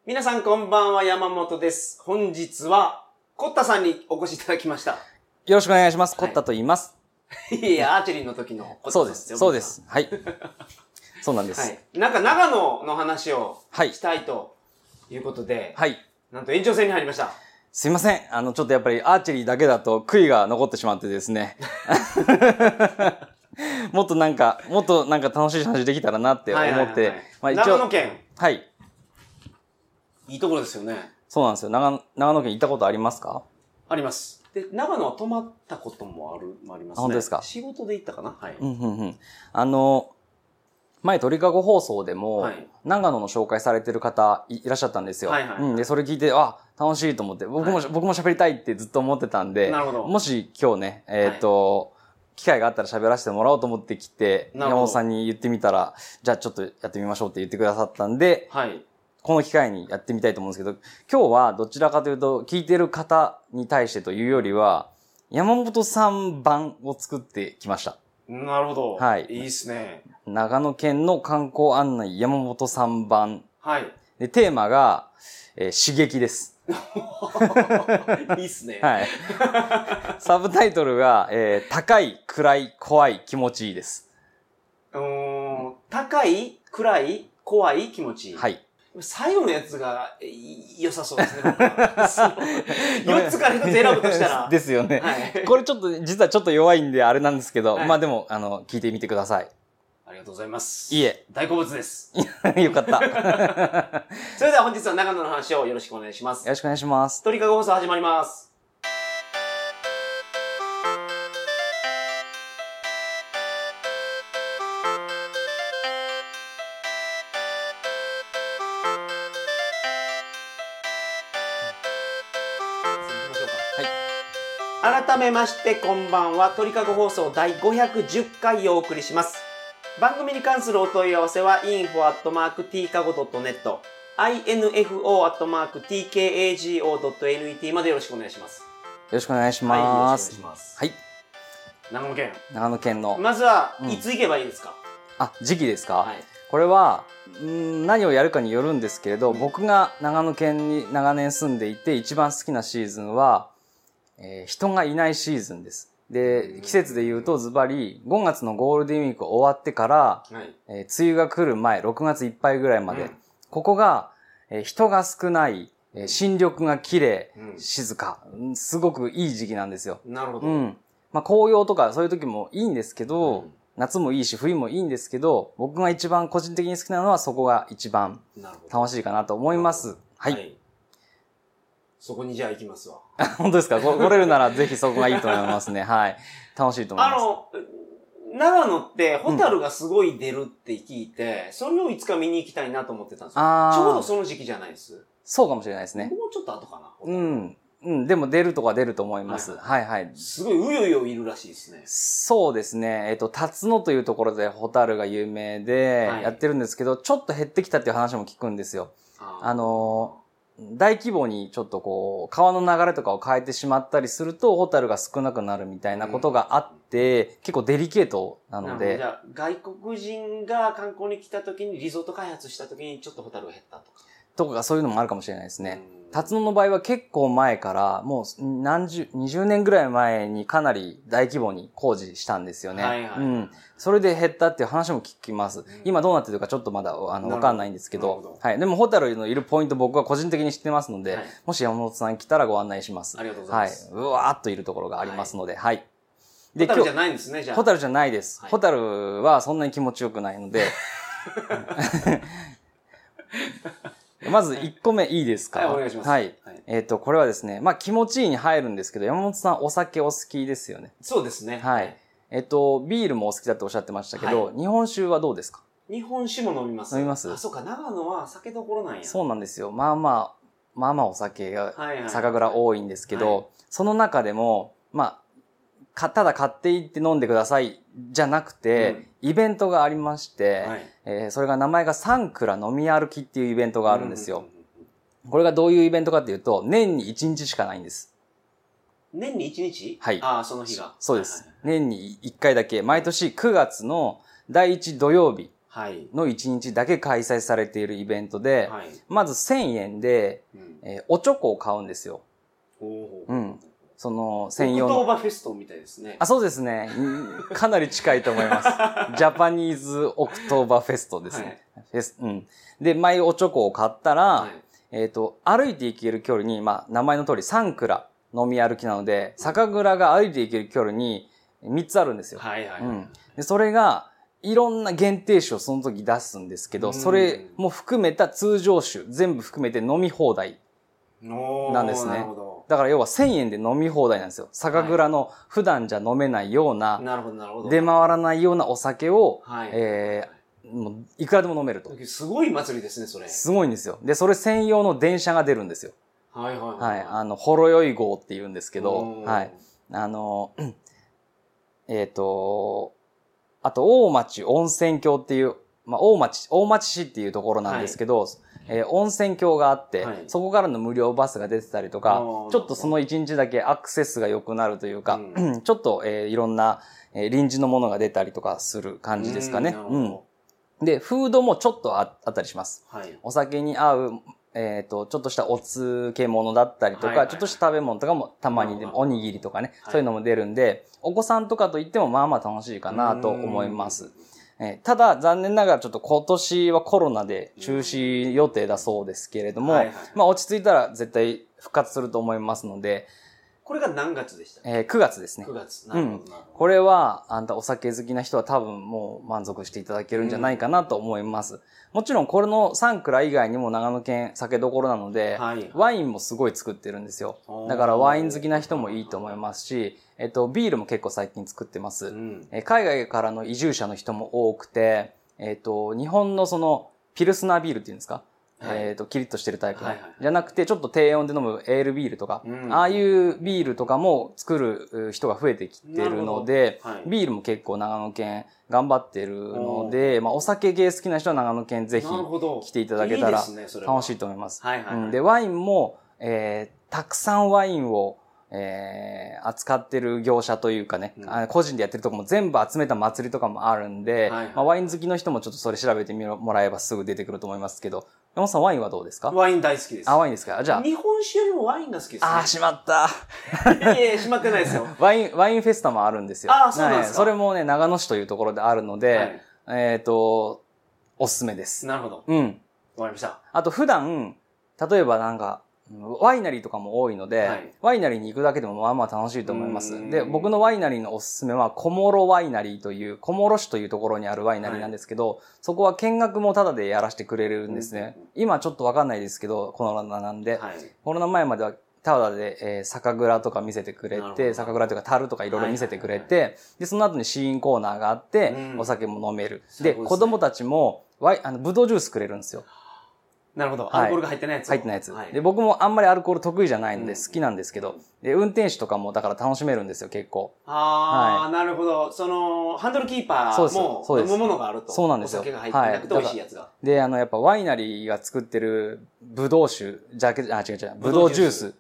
皆さんこんばんは、山本です。本日はコッタさんにお越しいただきました。 よろしくお願いします。コッタと言います。 いや、アーチェリーの時のコッタさんですよ。 そうです。はい。そうなんです。 はい。なんか長野の話をしたいということで、 はい。 なんと延長戦に入りました。 すいません。ちょっとやっぱりアーチェリーだけだと悔いが残ってしまってですね。もっとなんか楽しい話できたらなって思って。 長野県。 はい。 いいところですよね。 そうなんですよ。長野県行ったことありますか？ あります。で、長野は泊まったこともありますね。 本当ですか？ 仕事で行ったかな？はい。 前鳥かご放送でも、長野の紹介されてる方いらっしゃったんですよ。で、それ聞いて、楽しいと思って、僕も喋りたいってずっと思ってたんで、もし今日ね、機会があったら喋らせてもらおうと思ってきて、山本さんに言ってみたら、じゃあちょっとやってみましょうって言ってくださったんで、この機会にやってみたいと思うんですけど、今日はどちらかというと、聞いてる方に対してというよりは、山本さん版を作ってきました。 なるほど。はい。いいですね。 長野県の観光案内山本さん版。 はい。 で、テーマが、刺激です。 いいっすね。 はい。サブタイトルが、高い、暗い、怖い、気持ちいいです。 高い、暗い、怖い、気持ちいい。 はい。 最後のやつが良さそうですね。4つから1つ選ぶとしたら。 ですよね。はい。これちょっと、実はちょっであれなんですけど、でも、聞いてみてください。 ありがとうございます。 いえ。 大好物です。 よかった。 それでは本日は長野の話をよろしくお願いします。 よろしくお願いします。 鳥かご放送始まります。改めましてこんばんは。鳥かご放送第510回をお送りします。番組に関するお問い合わせは info@tkago.net info@tkago.net までよろしくお願いします。 よろしくお願いします。はい。 長野県。 長野県の。 まずは、いつ行けばいいですか？ 時期ですか？はい。これは、何をやるかによるんですけれど、僕が長野県に長年住んでいて一番好きなシーズンは、人がいないシーズンです。で、季節で言うとズバリ5月のゴールデンウィーク終わってから、梅雨が来る前、6月いっぱいぐらいまで、ここが、人が少ない、新緑が綺麗、静か、すごくいい時期なんですよ。 なるほど。 紅葉とかそういう時もいいんですけど、夏もいいし冬もいいんですけど、僕が一番個人的に好きなのはそこが一番楽しいかなと思います。はい。 そこにじゃあ行きますわ。 本当ですか？来れるならぜひそこがいいと思いますね。はい。楽しいと思います。 長野ってホタルがすごい出るって聞いて、それをいつか見に行きたいなと思ってたんですよ。ちょうどその時期じゃないです。 そうかもしれないですね。 もうちょっと後かな。 でも出るとか出ると思います。はいはい。 すごいうよいよいるらしいですね。 そうですね。辰野というところでホタルが有名でやってるんですけど、ちょっと減ってきたっていう話も聞くんですよ。大規模にちょっと川の流れとかを変えてしまったりすると、ホタルが少なくなるみたいなことがあって、結構デリケートなので。 じゃあ、外国人が観光に来た時に、リゾート開発した時にちょっとホタルが減ったとか。 とかそういうのもあるかもしれないですね。辰野の場合は結構前から、もう20年ぐらい前にかなり大規模に工事したんですよね。それで減ったっていう話も聞きます。今どうなってるかちょっとまだわかんないんですけど。はい。でもホタルのいるポイント僕は個人的に知ってますので、もし山本さん来たらご案内します。 ありがとうございます。 はい。うわーっといるところがありますので、はい。 ホタルじゃないんですね、じゃあ。 ホタルじゃないです。ホタルはそんなに気持ちよくないので。まず1個目いいですか？ はい、お願いします。 はい。これはですね、気持ちいいに入るんですけど、山本さんお酒お好きですよね。 そうですね。 はい。ビールもお好きだっておっしゃってましたけど、日本酒はどうですか？ 日本酒も飲みます。 飲みます？ あ、そうか、長野は酒どころなんや。 そうなんですよ。まあまあお酒が、酒蔵多いんですけど、その中でも、ただ買っていって飲んでくださいじゃなくて、イベントがありまして、それが名前がサンクラ飲み歩きっていうイベントがあるんですよ。これがどういうイベントかっていうと、年に1日しかないんです。 年に1日？ はい。 ああ、その日が。 そうです。年に1回だけ、毎年9月の第1土曜日の1日だけ開催されているイベントで、まず1000円で、おチョコを買うんですよ。その専用の。 オクトーバーフェストみたいですね。 そうですね。かなり近いと思います。ジャパニーズオクトーバーフェストですね。で、毎おチョコを買ったら、歩いて行ける距離に、名前の通り3蔵飲み歩きなので、酒蔵が歩いて行ける距離に3つあるんですよ。で、それが、いろんな限定酒をその時出すんですけど、それも含めた通常酒、全部含めて飲み放題なんですね。だから要は1000円で飲み放題なんですよ。酒蔵の普段じゃ飲めないような、出回らないようなお酒を、もういくらでも飲めると。 すごい祭りですね、それ。 すごいんですよ。で、それ専用の電車が出るんですよ。ほろ酔い号って言うんですけど、あと、大町温泉郷っていう、大町市っていうところなんですけど、温泉郷があって、そこからの無料バスが出てたりとか、ちょっとその1日だけアクセスが良くなるというか、ちょっと、いろんな、臨時のものが出たりとかする感じですかね。で、フードもちょっとあったりします。お酒に合う、ちょっとしたお漬物だったりとか、ちょっとした食べ物とかもたまにでも、おにぎりとかね、そういうのも出るんで、お子さんとかと言ってもまあまあ楽しいかなと思います。ただ、残念ながらちょっと今年はコロナで中止予定だそうですけれども、落ち着いたら絶対復活すると思いますので、 これが何月でした ？9月ですね。 9月。なるほど。 これは、お酒好きな人は多分もう満足していただけるんじゃないかなと思います。もちろんこれの3蔵以外にも長野県酒どころなので、ワインもすごい作ってるんですよ。だからワイン好きな人もいいと思いますし、ビールも結構最近作ってます。海外からの移住者の人も多くて、日本のそのピルスナービールっていうんですか？キリッとしてるタイプの。じゃなくて、ちょっと低温で飲むエールビールとか、ああいうビールとかも作る人が増えてきてるので、ビールも結構長野県頑張ってるので、お酒系好きな人は長野県ぜひ来ていただけたら楽しいと思います。で、ワインも、たくさんワインを扱ってる業者というかね、個人でやってるとこも全部集めた祭りとかもあるんで、ワイン好きの人もちょっとそれ調べてもらえばすぐ出てくると思いますけど、山本さんワインはどうですか？ ワイン大好きです。 ワインですか？じゃあ。 日本酒よりもワインが好きですね。 しまった。 いやしまってないですよ。 ワインフェスタもあるんですよ。 そうなんですか。 それもね、長野市というところであるので、おすすめです。 なるほど。わかりました。 あと普段、例えばなんか、ワイナリーとかも多いので、ワイナリーに行くだけでもまあまあ楽しいと思います。で、僕のワイナリーのおすすめは、小諸ワイナリーという、小諸市というところにあるワイナリーなんですけど、そこは見学もタダでやらせてくれるんですね。今ちょっとわかんないですけど、コロナなんで、コロナ前まではタダで、酒蔵とか見せてくれて、酒蔵とか樽とかいろいろ見せてくれて、で、その後に試飲コーナーがあって、お酒も飲める。で、子供たちも、ブドウジュースくれるんですよ。 なるほど。アルコールが入ってないやつ。 入ってないやつ。で、僕もあんまりアルコール得意じゃないので好きなんですけど、で、運転手とかもだから楽しめるんですよ、結構。 なるほど。その、ハンドルキーパーも飲むものがあると。 そうなんですよ。 お酒が入ってなくて美味しいやつが。 で、やっぱワイナリーが作ってるブドウ酒、ブドウジュースって、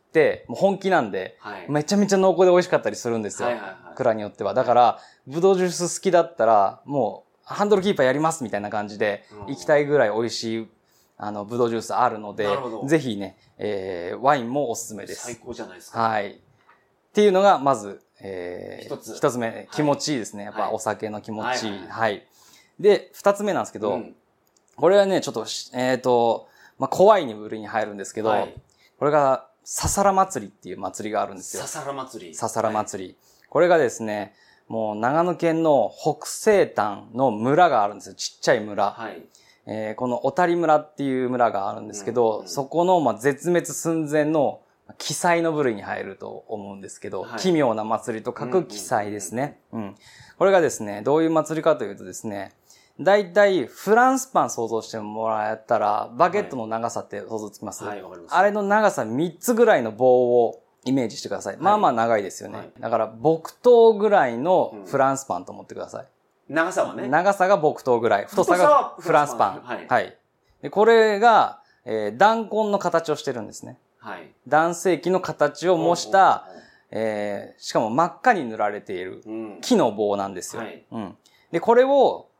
もう本気なんで、めちゃめちゃ濃厚で美味しかったりするんですよ。蔵によっては。だから、ブドウジュース好きだったら、もう、ハンドルキーパーやりますみたいな感じで、行きたいぐらい美味しい、ブドウジュースあるので、ぜひね、ワインもおすすめです。 最高じゃないですか。 はい。っていうのが、まず、一つ目、気持ちいいですね。やっぱお酒の気持ちいい。はい。で、二つ目なんですけど、これはね、ちょっと、怖いに部類に入るんですけど、これが、ささら祭りっていう祭りがあるんですよ。 ささら祭り。 ささら祭り。これがですね、もう長野県の北西端の村があるんですよ。ちっちゃい村。この小谷村っていう村があるんですけど、そこの絶滅寸前の奇祭の部類に入ると思うんですけど、奇妙な祭りと書く奇祭ですね。これがですね、どういう祭りかというとですね、だいたいフランスパン想像してもらえたら、バゲットの長さって想像つきます？あれの長さ3つぐらいの棒をイメージしてください。まあまあ長いですよね。だから木刀ぐらいのフランスパンと思ってください。 長さはね。 長さが木刀ぐらい。太さがフランスパン。はい。で、これが、弾痕の形をしてるんですね。男性器の形を模した、しかも真っ赤に塗られている木の棒なんですよ。で、これを、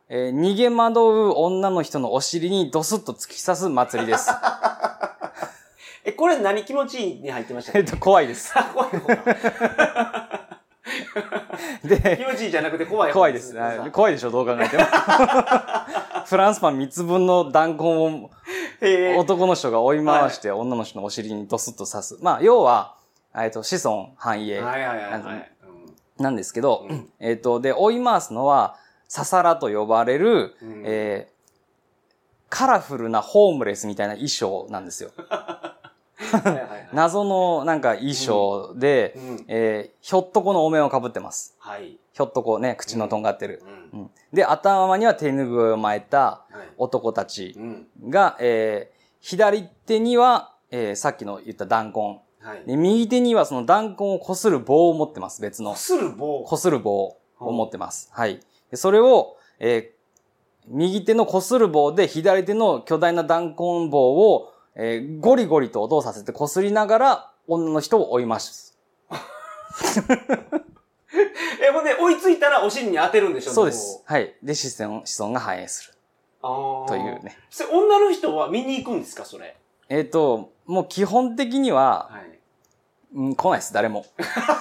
逃げ惑う女の人のお尻にドスッと突き刺す祭りです。 これ何気持ちいいに入ってましたっけ？ 怖いです。 怖い方か。で、気持ちいいじゃなくて怖い方怖いです。怖いでしょ、どう考えても。フランスパン3つ分の弾痕を男の人が追い回して女の人のお尻にドスッと刺す。まあ、要は、子孫繁栄なんですけど、で、追い回すのは、ササラと呼ばれる、カラフルなホームレスみたいな衣装なんですよ。謎のなんか衣装で、ひょっとこのお面をかぶってます。はい、ひょっとこね、口のとんがってる。で、頭には手ぬぐいを巻いた男たちが、左手には、さっきの言った弾痕。で右手にはその弾痕を擦る棒を持ってます、別の。 擦る棒？ 擦る棒を持ってます。はい。でそれを、右手の擦る棒で左手の巨大な弾痕棒を、ゴリゴリと音させて擦りながら女の人を追います。 ほんで追いついたらお尻に当てるんでしょ？ そうです。はい。で、子孫が繁栄する。というね。 それ女の人は見に行くんですか、それ？ もう基本的には、来ないです、誰も。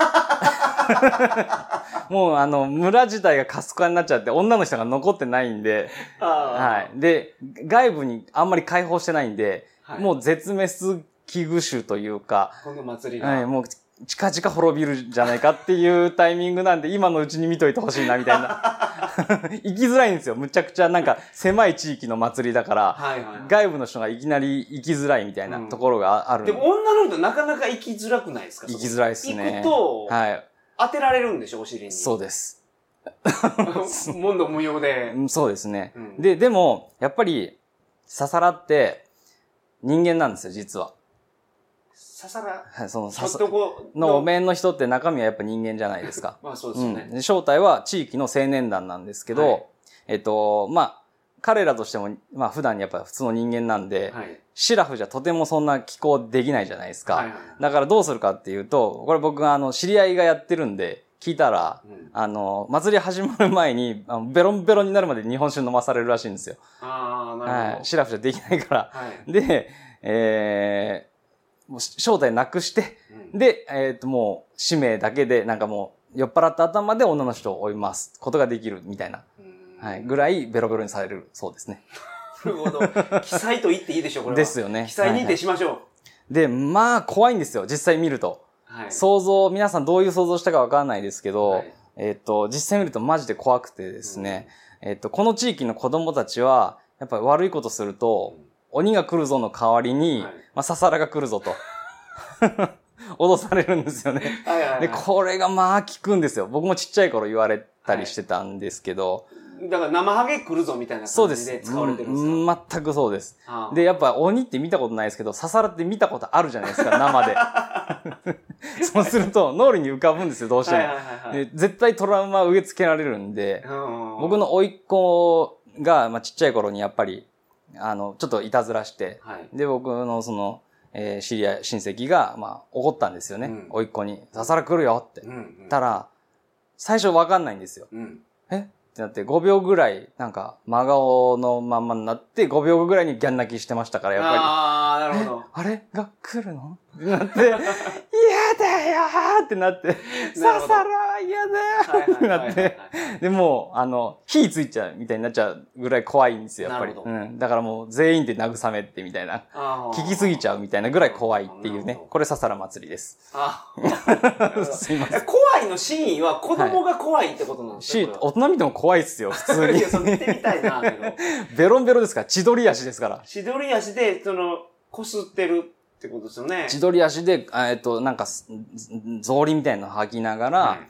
もう村自体が過疎化になっちゃって女の人が残ってないんで、はい。で、外部にあんまり開放してないんで、もう絶滅危惧種というか、 この祭りが。 はい、もう近々滅びるんじゃないかっていうタイミングなんで、今のうちに見といてほしいな、みたいな。行きづらいんですよ。むちゃくちゃなんか狭い地域の祭りだから、外部の人がいきなり行きづらいみたいなところがある。 でも女の人なかなか行きづらくないですか？ 行きづらいですね。 行くと、当てられるんでしょ、お尻に。 そうです。 問答無用で。 そうですね。でも、やっぱり、ササラって人間なんですよ、実は。 ササラ？ はい、そののお面の人って中身はやっぱ人間じゃないですか。 まあそうですよね。 正体は地域の青年団なんですけど、まあ、彼らとしても、まあ普段やっぱ普通の人間なんで、シラフじゃとてもそんな気候できないじゃないですか。だからどうするかっていうと、これ僕が知り合いがやってるんで、聞いたら、祭り始まる前に、ベロンベロンになるまで日本酒飲まされるらしいんですよ。 ああ、なるほど。 はい。シラフじゃできないから。で、もう正体なくして、で、もう使命だけで、なんかもう酔っ払った頭で女の人を追いますことができるみたいな、はい、ぐらいベロベロにされるそうですね。 なるほど。記載と言っていいでしょう、これは。 ですよね。 記載認定しましょう。で、まあ怖いんですよ、実際見ると。想像、皆さんどういう想像したかわかんないですけど、実際見るとマジで怖くてですね、この地域の子供たちは、やっぱり悪いことすると、鬼が来るぞの代わりに、まあ、ササラが来るぞと。脅されるんですよね。で、これがまあ効くんですよ。僕もちっちゃい頃言われたりしてたんですけど。 だから生ハゲ来るぞみたいな感じで使われてるんですか？全くそうです。で、やっぱ鬼って見たことないですけど、ササラって見たことあるじゃないですか、生で。そうすると脳裏に浮かぶんですよ、どうしても。で絶対トラウマ植え付けられるんで、僕の甥っ子が、まあ、ちっちゃい頃にやっぱり、ちょっといたずらして、で、僕のその、知り合い、親戚が、まあ、怒ったんですよね。甥っ子に、ササラ来るよって。たら、最初わかんないんですよ。ってなって5秒ぐらい、なんか、真顔のまんまになって、5秒ぐらいにギャン泣きしてましたから、やっぱり。 ああ、なるほど。 あれが来るのってなって、嫌だよーってなって、ササラ嫌だよってなって、で、もう、火ついちゃうみたいになっちゃうぐらい怖いんですよ、やっぱり。だからもう全員で慰めてみたいな。聞きすぎちゃうみたいなぐらい怖いっていうね。これササラ祭りです。 すいません。怖いの真意は子供が怖いってことなんですか？ 大人見ても怖いっすよ、普通に。 いや、そう見てみたいな。 ベロンベロですから、千鳥足ですから。 千鳥足で、こすってるってことですよね。 千鳥足で、なんか、草履みたいなの吐きながら、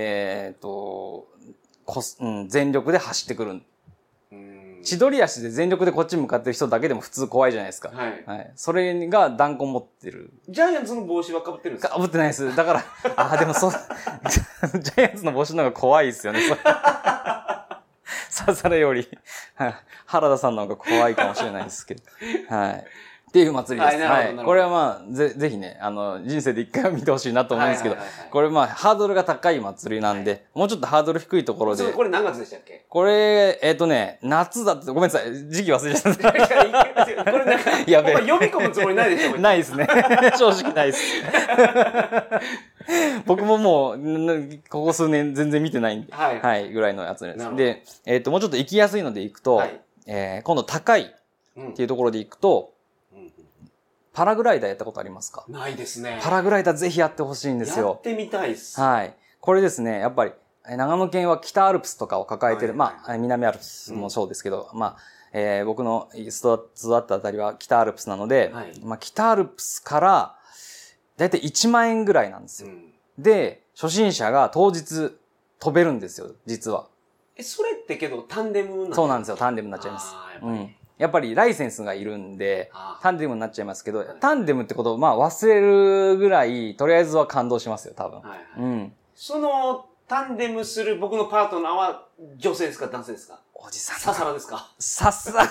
全力で走ってくる。千鳥足で全力でこっち向かってる人だけでも普通怖いじゃないですか。それが弾痕持ってる。 ジャイアンツの帽子は被ってるんですか？ 被ってないです。だから、でもジャイアンツの帽子の方が怖いですよね。ササラより、原田さんの方が怖いかもしれないですけど。はい。っっていう祭りです。はい。これはまあ、ぜひね、人生で一回は見てほしいなと思うんですけど、これまあ、ハードルが高い祭りなんで、もうちょっとハードル低いところで。 これ何月でしたっけ？ これ、夏だって、ごめんなさい、時期忘れちゃった。これなんか、やべえ。呼び込むつもりないでしょ？ ないですね。正直ないです。僕ももう、ここ数年全然見てないんで、はい、ぐらいのやつです。で、もうちょっと行きやすいので行くと、今度高いっていうところで行くと、パラグライダーやったことありますか？ ないですね。 パラグライダーぜひやってほしいんですよ。 やってみたいです。 はい。これですね、やっぱり、長野県は北アルプスとかを抱えてる、まあ、南アルプスもそうですけど、まあ、僕の育ったあたりは北アルプスなので、まあ、北アルプスから、だいたい1万円ぐらいなんですよ。で、初心者が当日飛べるんですよ、実は。 それってけど、タンデムなんそうなんですよ、タンデムになっちゃいます。やっぱりライセンスがいるんで、タンデムになっちゃいますけど、タンデムってことをまあ忘れるぐらい、とりあえずは感動しますよ、多分。 その、タンデムする僕のパートナーは女性ですか男性ですか？ おじさん。 ササラですか？ ササ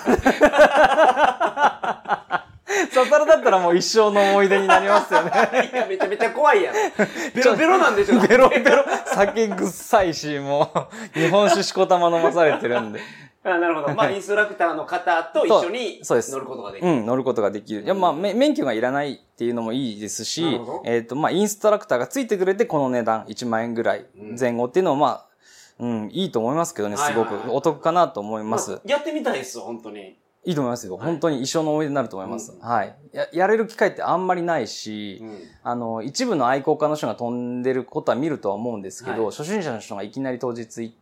ラだったらもう一生の思い出になりますよね。 いや、めちゃめちゃ怖いやん。ベロベロなんでしょ？ ベロベロ。酒臭いし、もう、日本酒しこたま飲まされてるんで。 なるほど。まあ、インストラクターの方と一緒に乗ることができる。 乗ることができる。いや、まあ、免許がいらないっていうのもいいですし、まあ、インストラクターがついてくれて、この値段、1万円ぐらい前後っていうのは、まあ、いいと思いますけどね、すごく。お得かなと思います。 やってみたいですよ、本当に。 いいと思いますよ。本当に一生の思い出になると思います。はい。やれる機会ってあんまりないし、一部の愛好家の人が飛んでることは見るとは思うんですけど、初心者の人がいきなり当日行って、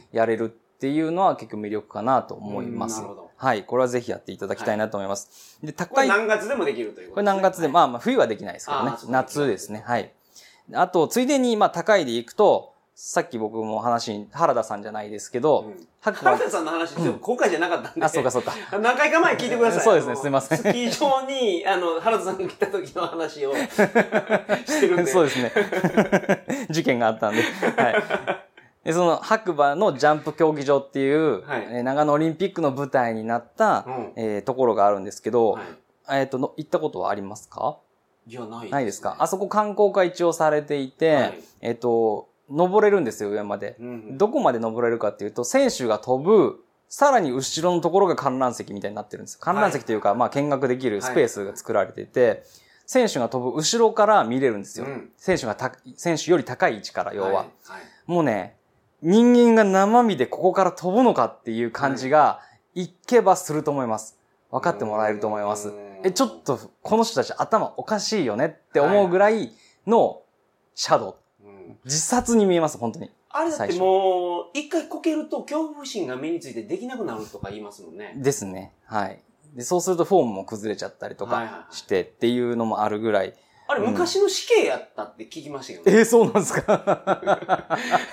やれるっていうのは結構魅力かなと思います。はい。これはぜひやっていただきたいなと思います。 で、高い。これ何月でもできるということですね。 これ何月で、まあ冬はできないですけどね。夏ですね。はい。あと、ついでに、まあ高いで行くと、さっき僕も原田さんじゃないですけど、 原田さんの話、今回じゃなかったんで。 あ、そうかそうか。 何回か前聞いてください。 そうですね、すいません。 スキー場に、原田さんが来た時の話をしてるんで。 そうですね。事件があったんで。はい。で、その白馬のジャンプ競技場っていう、長野オリンピックの舞台になった、ところがあるんですけど、行ったことはありますか？ いや、ないです。 ないですか？あそこ観光化一応されていて、登れるんですよ、上まで。どこまで登れるかっていうと、選手が飛ぶ、さらに後ろのところが観覧席みたいになってるんですよ。観覧席というか、まあ見学できるスペースが作られていて、選手が飛ぶ後ろから見れるんですよ。選手より高い位置から、要は。もうね、人間が生身でここから飛ぶのかっていう感じが、行けばすると思います。分かってもらえると思います。ちょっと、この人たち頭おかしいよねって思うぐらいのシャドウ。自殺に見えます、本当に。 あれだってもう、一回こけると恐怖心が身についてできなくなるとか言いますもんね。 ですね。はい。で、そうするとフォームも崩れちゃったりとかしてっていうのもあるぐらい。 あれ、昔の死刑やったって聞きましたけどね。 そうなんですか？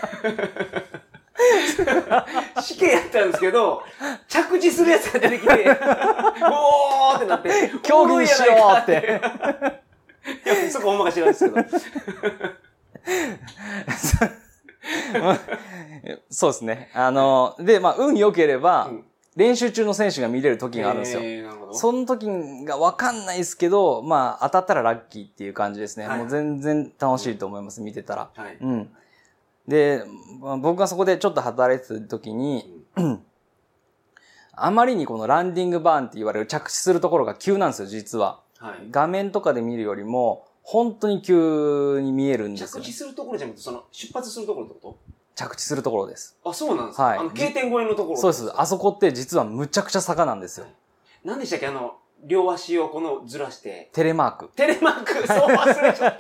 死刑やったんですけど、着地するやつが出てきて、おーってなって、 競技にしようって。 いや、そこほんまか知らないですけど。 そうですね。で、まあ、運良ければ、練習中の選手が見れる時があるんですよ。その時がわかんないですけど、まあ、当たったらラッキーっていう感じですね。もう全然楽しいと思います、見てたら。で、僕がそこでちょっと働いてた時に、あまりにこのランディングバーンって言われる着地するところが急なんですよ、実は。画面とかで見るよりも、本当に急に見えるんですよ。 着地するところじゃなくて、出発するところってこと？ 着地するところです。 あ、そうなんですか？はい。K点越えのところ。 そうです。あそこって実はむちゃくちゃ坂なんですよ。 何でしたっけ？両足をずらして。 テレマーク。 テレマークそう忘れちゃった。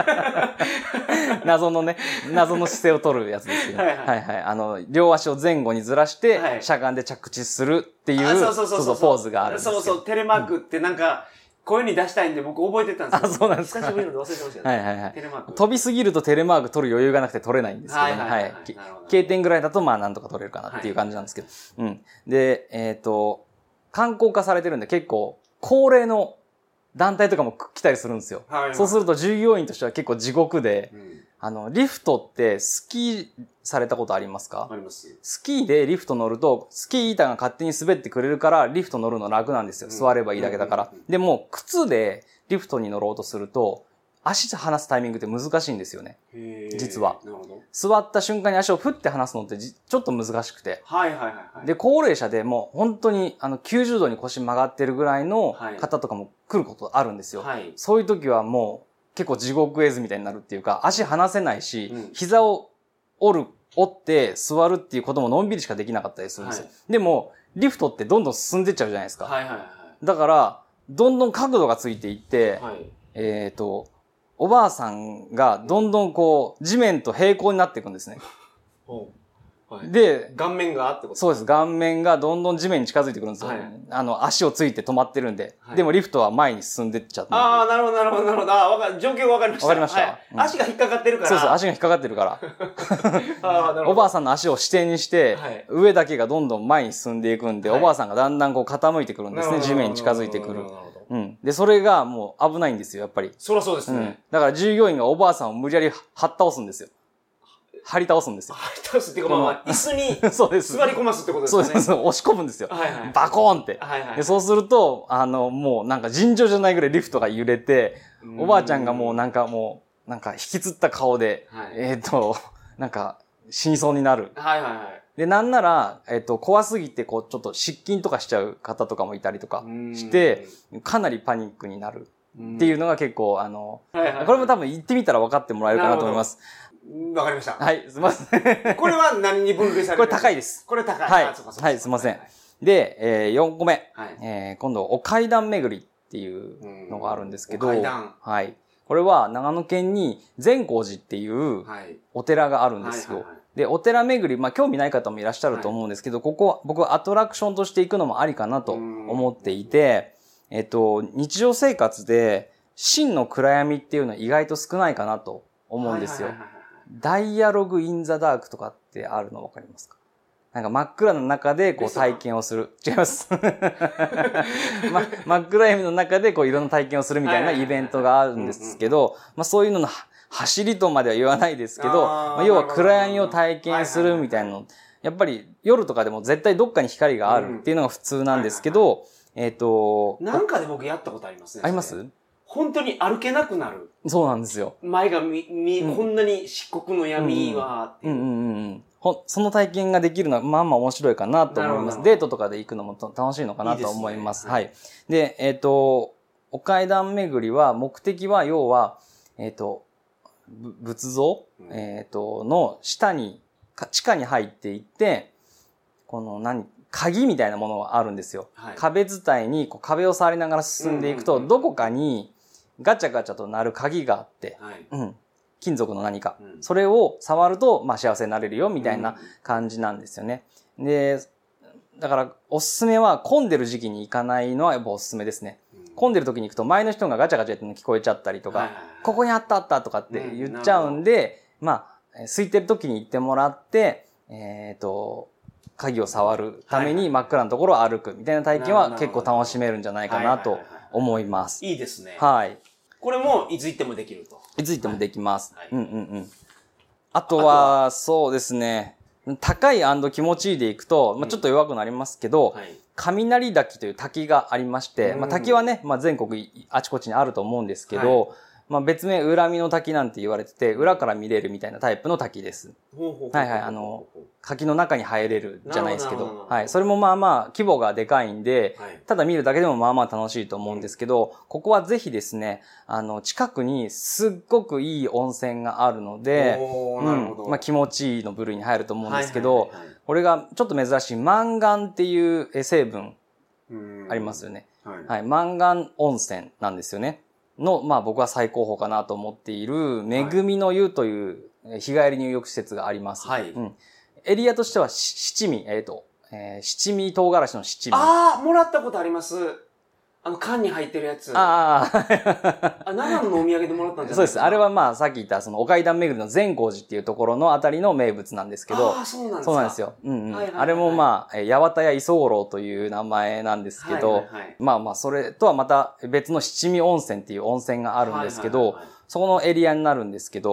謎の姿勢を取るやつですよ。はい。両足を前後にずらして、しゃがんで着地するっていう、ポーズがあるんですよ。 そう、テレマークってなんか、こういう風に出したいんで僕覚えてたんですけど。 そうなんですか。 久しぶりので忘れてましたね。 はい。 テレマーク。 飛びすぎるとテレマーク取る余裕がなくて取れないんですけどね。はい。K点ぐらいだとまあなんとか取れるかなっていう感じなんですけど。で、観光化されてるんで結構、高齢の団体とかも来たりするんですよ。そうすると従業員としては結構地獄で、 リフトってスキーされたことありますか？ あります。 スキーでリフト乗ると、スキー板が勝手に滑ってくれるから、リフト乗るの楽なんですよ。座ればいいだけだから。でも、靴でリフトに乗ろうとすると、足離すタイミングって難しいんですよね。実は。 なるほど。 座った瞬間に足をふって離すのってちょっと難しくて。 はいはいはいはい。 で、高齢者でもう本当に90度に腰曲がってるぐらいの方とかも来ることあるんですよ。はい、そういう時はもう結構地獄絵図みたいになるっていうか、足離せないし、膝を折って座るっていうことものんびりしかできなかったりするんですよ。はい、でも、リフトってどんどん進んでっちゃうじゃないですか。はいはいはい、だから、どんどん角度がついていって、はい、おばあさんがどんどんこう、地面と平行になっていくんですね。 はい、で、顔面がってこと？ そうです。顔面がどんどん地面に近づいてくるんですよ。はい、足をついて止まってるんで。はい、でもリフトは前に進んでっちゃった。 ああ、なるほど、なるほど、なるほど。状況がわかりました。 わかりました、 はい足が引っかかってるから。 そうそう、足が引っかかってるから。おばあさんの足を支点にして、はい、上だけがどんどん前に進んでいくんで、はい、おばあさんがだんだんこう傾いてくるんですね。地面に近づいてくる。うん。で、それがもう危ないんですよ、やっぱり。 そりゃそうですね。うん。 だから従業員がおばあさんを無理やり張っ倒すんですよ。張り倒すんですよ。 張り倒すっていうか、まあ、椅子にそうです座り込ますってことですね。 そうです。押し込むんですよ。はいはい、バコーンって。はいはい、でそうすると、もうなんか尋常じゃないぐらいリフトが揺れて、おばあちゃんがもうなんか引きつった顔で、はい、なんか死にそうになる。はいはいはい。で、なんなら、怖すぎて、こう、ちょっと失禁とかしちゃう方とかもいたりとかして、かなりパニックになるっていうのが結構、これも多分言ってみたら分かってもらえるかなと思います。 わかりました。 はい、すみません。 これは何に分類される？ これ高いです。 これ高い。 はい。はい、すみません。で、4個目。はい、今度、お階段巡りっていうのがあるんですけど、 階段。 はい。これは長野県に善光寺っていうお寺があるんですよ。で、お寺巡り、まあ、興味ない方もいらっしゃると思うんですけど、ここは僕はアトラクションとして行くのもありかなと思っていて、日常生活で真の暗闇っていうのは意外と少ないかなと思うんですよ。ダイアログインザダークとかってあるの分かりますか？なんか真っ暗の中でこう体験をする。違います。真っ暗闇の中でこういろんな体験をするみたいなイベントがあるんですけど、まあそういうのの走りとまでは言わないですけど、まあ要は暗闇を体験するみたいなの。やっぱり夜とかでも絶対どっかに光があるっていうのが普通なんですけど、 なんかで僕やったことありますね。 あります？ 本当に歩けなくなる。 そうなんですよ。 前がこんなに漆黒の闇はっていう。 その体験ができるのはまあまあ面白いかなと思います。デートとかで行くのも楽しいのかなと思います。はい。で、お階段巡りは目的は要は、仏像、の下に、地下に入っていって、この鍵みたいなものがあるんですよ。はい、壁伝いにこう壁を触りながら進んでいくと、どこかにガチャガチャと鳴る鍵があって、はい金属の何か。それを触ると、まあ幸せになれるよ、みたいな感じなんですよね。で、だからおすすめは混んでる時期に行かないのはやっぱおすすめですね。混んでる時に行くと前の人がガチャガチャって聞こえちゃったりとか、ここにあったとかって言っちゃうんで、まあ、空いてる時に行ってもらって、鍵を触るために真っ暗なところを歩くみたいな体験は結構楽しめるんじゃないかなと思います。 いいですね。 はい。 これもいつ行ってもできると。 いつ行ってもできます。あとは、そうですね。高い&気持ちいいで行くと、まあちょっと弱くなりますけど、雷滝という滝がありまして、まあ滝はね、まあ全国あちこちにあると思うんですけど、まあ別名、恨みの滝なんて言われてて、裏から見れるみたいなタイプの滝です。はいはい、滝の中に入れるじゃないですけど、はい。それもまあまあ規模がでかいんで、ただ見るだけでもまあまあ楽しいと思うんですけど、ここはぜひですね、近くにすっごくいい温泉があるので、まあ気持ちいいの部類に入ると思うんですけど、これがちょっと珍しいマンガンっていう成分ありますよね。はい。マンガン温泉なんですよね。まあ僕は最高峰かなと思っている、めぐみの湯という日帰り入浴施設があります。はい。エリアとしては七味、七味唐辛子の七味。 ああ、もらったことあります。缶に入ってるやつ。 ああ。 長野のお土産でもらったんじゃないですか。 そうです。あれはまあさっき言ったそのお階段巡りの善光寺っていうところのあたりの名物なんですけど。 ああ、そうなんですか。 そうなんですよ。あれもまあ、八幡屋磯五郎という名前なんですけど、まあまあそれとはまた別の七味温泉っていう温泉があるんですけど、そこのエリアになるんですけど、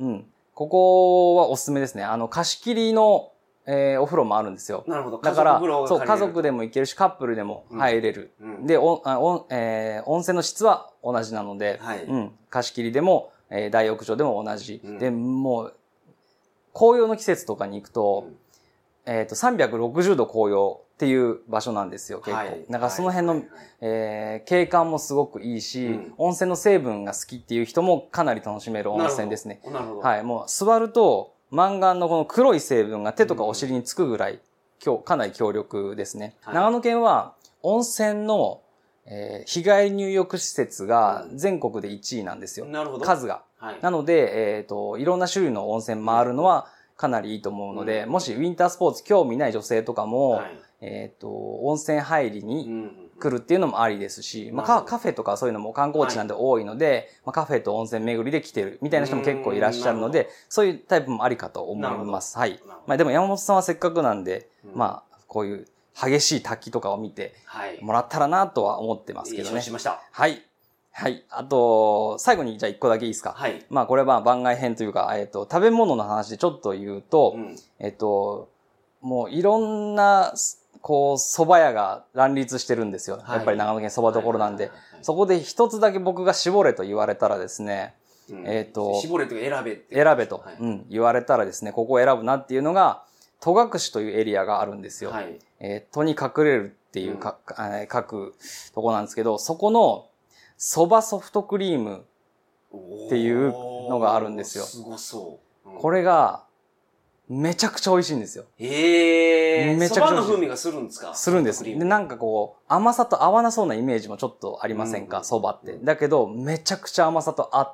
うん。ここはおすすめですね。貸し切りの、お風呂もあるんですよ。 なるほど。 だから、そう、家族でも行けるし、カップルでも入れる。で、温泉の質は同じなので、貸し切りでも、大浴場でも同じ。で、もう、紅葉の季節とかに行くと、360度紅葉っていう場所なんですよ、結構。だからその辺の、景観もすごくいいし、温泉の成分が好きっていう人もかなり楽しめる温泉ですね。 なるほど。 はい、もう座ると、マンガンのこの黒い成分が手とかお尻につくぐらい、かなり強力ですね。長野県は温泉の、日帰り入浴施設が全国で1位なんですよ。 なるほど。 数が。なので、いろんな種類の温泉回るのはかなりいいと思うので、もしウィンタースポーツ興味ない女性とかも、温泉入りに来るっていうのもありですし、カフェとかそういうのも観光地なんで多いので、カフェと温泉巡りで来てるみたいな人も結構いらっしゃるので、そういうタイプもありかと思います。はい。でも山本さんはせっかくなんで、こういう激しい滝とかを見てもらったらなとは思ってますけどね。 しました。 はい。はい。あと、最後にじゃあ一個だけいいですか。 はい。 これは番外編というか、食べ物の話でちょっと言うと、もういろんな、蕎麦屋が乱立してるんですよ。やっぱり長野県蕎麦どころなんで。そこで一つだけ僕が絞れと言われたらですね、 絞れというか選べって。 選べと、言われたらですね、ここを選ぶなっていうのが、戸隠というエリアがあるんですよ。戸に隠れるっていう書くとこなんですけど、そこの蕎麦ソフトクリームっていうのがあるんですよ。 すごそう。 これが、めちゃくちゃ美味しいんですよ。 めちゃくちゃ。蕎麦の風味がするんですか？ するんです。で、なんか甘さと合わなそうなイメージもちょっとありませんか？蕎麦って。だけど、めちゃくちゃ甘さと合って、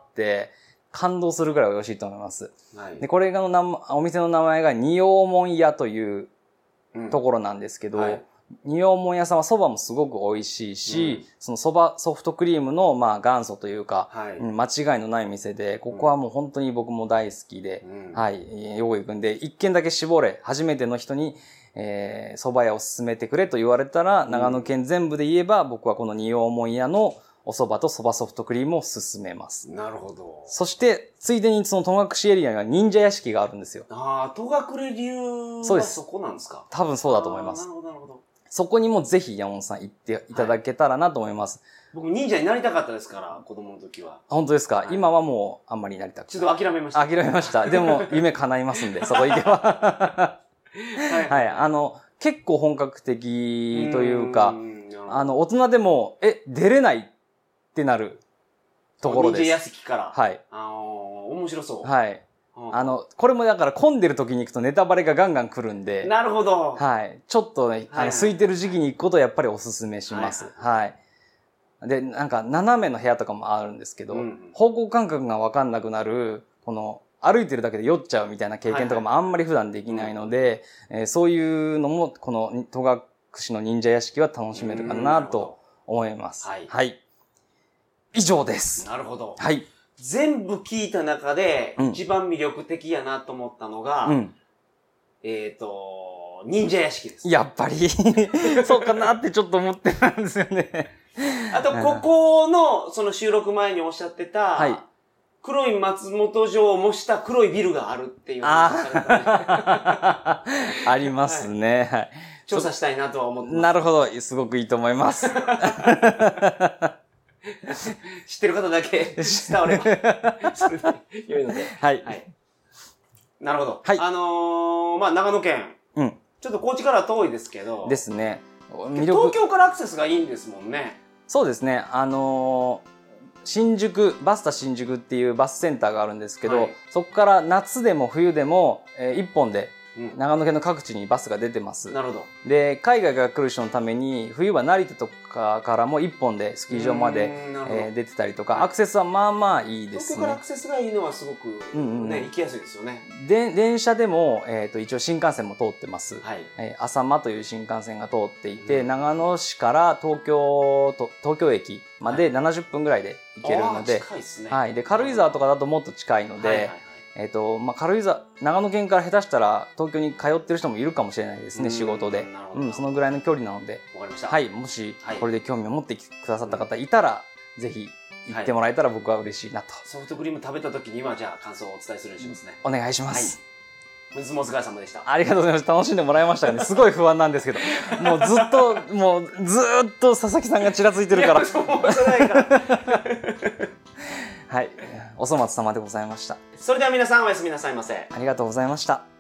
感動するぐらい美味しいと思います。で、これがお店の名前が仁王門屋というところなんですけど、仁王門屋さんは蕎麦もすごく美味しいし、その蕎麦ソフトクリームの元祖というか、間違いのない店で、ここはもう本当に僕も大好きで、はい、よく行くんで、一軒だけ絞れ、初めての人に、蕎麦屋を勧めてくれと言われたら、長野県全部で言えば、僕はこの仁王門屋のお蕎麦と蕎麦ソフトクリームを勧めます。 なるほど。 そして、ついでにその戸隠エリアには忍者屋敷があるんですよ。 戸隠流はそこなんですか？ 多分そうだと思います。 なるほど、なるほど。 そこにもぜひ山本さん行っていただけたらなと思います。 僕忍者になりたかったですから、子供の時は。 本当ですか？今はもうあんまりなりたくない。 ちょっと諦めました。 諦めました。でも夢叶いますんで、そこ行けば。はい。結構本格的というか、大人でも、出れないってなるところです。 忍者屋敷から。 はい。 面白そう。 はい。これもだから混んでる時に行くとネタバレがガンガン来るんで。 なるほど。 はい。ちょっとね、空いてる時期に行くことをやっぱりお勧めします。はい。で、なんか斜めの部屋とかもあるんですけど、方向感覚がわかんなくなる、歩いてるだけで酔っちゃうみたいな経験とかもあんまり普段できないので、そういうのも、この戸隠の忍者屋敷は楽しめるかなと思います。はい。以上です。 なるほど。 はい。 全部聞いた中で、一番魅力的やなと思ったのが、忍者屋敷です。 やっぱり、そうかなってちょっと思ってたんですよね。 あと、ここの、その収録前におっしゃってた、黒い松本城を模した黒いビルがあるっていうありますね。はい。 調査したいなとは思ってます。 なるほど。すごくいいと思います。 知ってる方だけ伝われば。それで良いので。 はい。 なるほど。 はい。 長野県。ちょっと高知から遠いですけど。 ですね。 東京からアクセスがいいんですもんね。 そうですね。バスタ新宿っていうバスセンターがあるんですけど、そこから夏でも冬でも、一本で長野県の各地にバスが出てます。 なるほど。 で、海外から来る人のために、冬は成田とかからも一本でスキー場まで出てたりとか、アクセスはまあまあいいですね。 東京からアクセスがいいのはすごくね、行きやすいですよね。 で、電車でも、一応新幹線も通ってます。浅間という新幹線が通っていて、長野市から東京駅まで70分ぐらいで行けるので、 近いですね。 はい。で、軽井沢とかだともっと近いので、軽井沢、長野県から下手したら東京に通ってる人もいるかもしれないですね、仕事で。そのぐらいの距離なので。 わかりました。 はい。もし、これで興味を持ってくださった方いたら、ぜひ言ってもらえたら僕は嬉しいなと。 ソフトクリーム食べた時にはじゃあ感想をお伝えするようにしますね。 お願いします。 本日もお疲れ様でした。 ありがとうございました。楽しんでもらいましたかね。すごい不安なんですけど。もうずっと佐々木さんがちらついてるから。はい。お粗末様でございました。 それでは皆さんおやすみなさいませ。 ありがとうございました。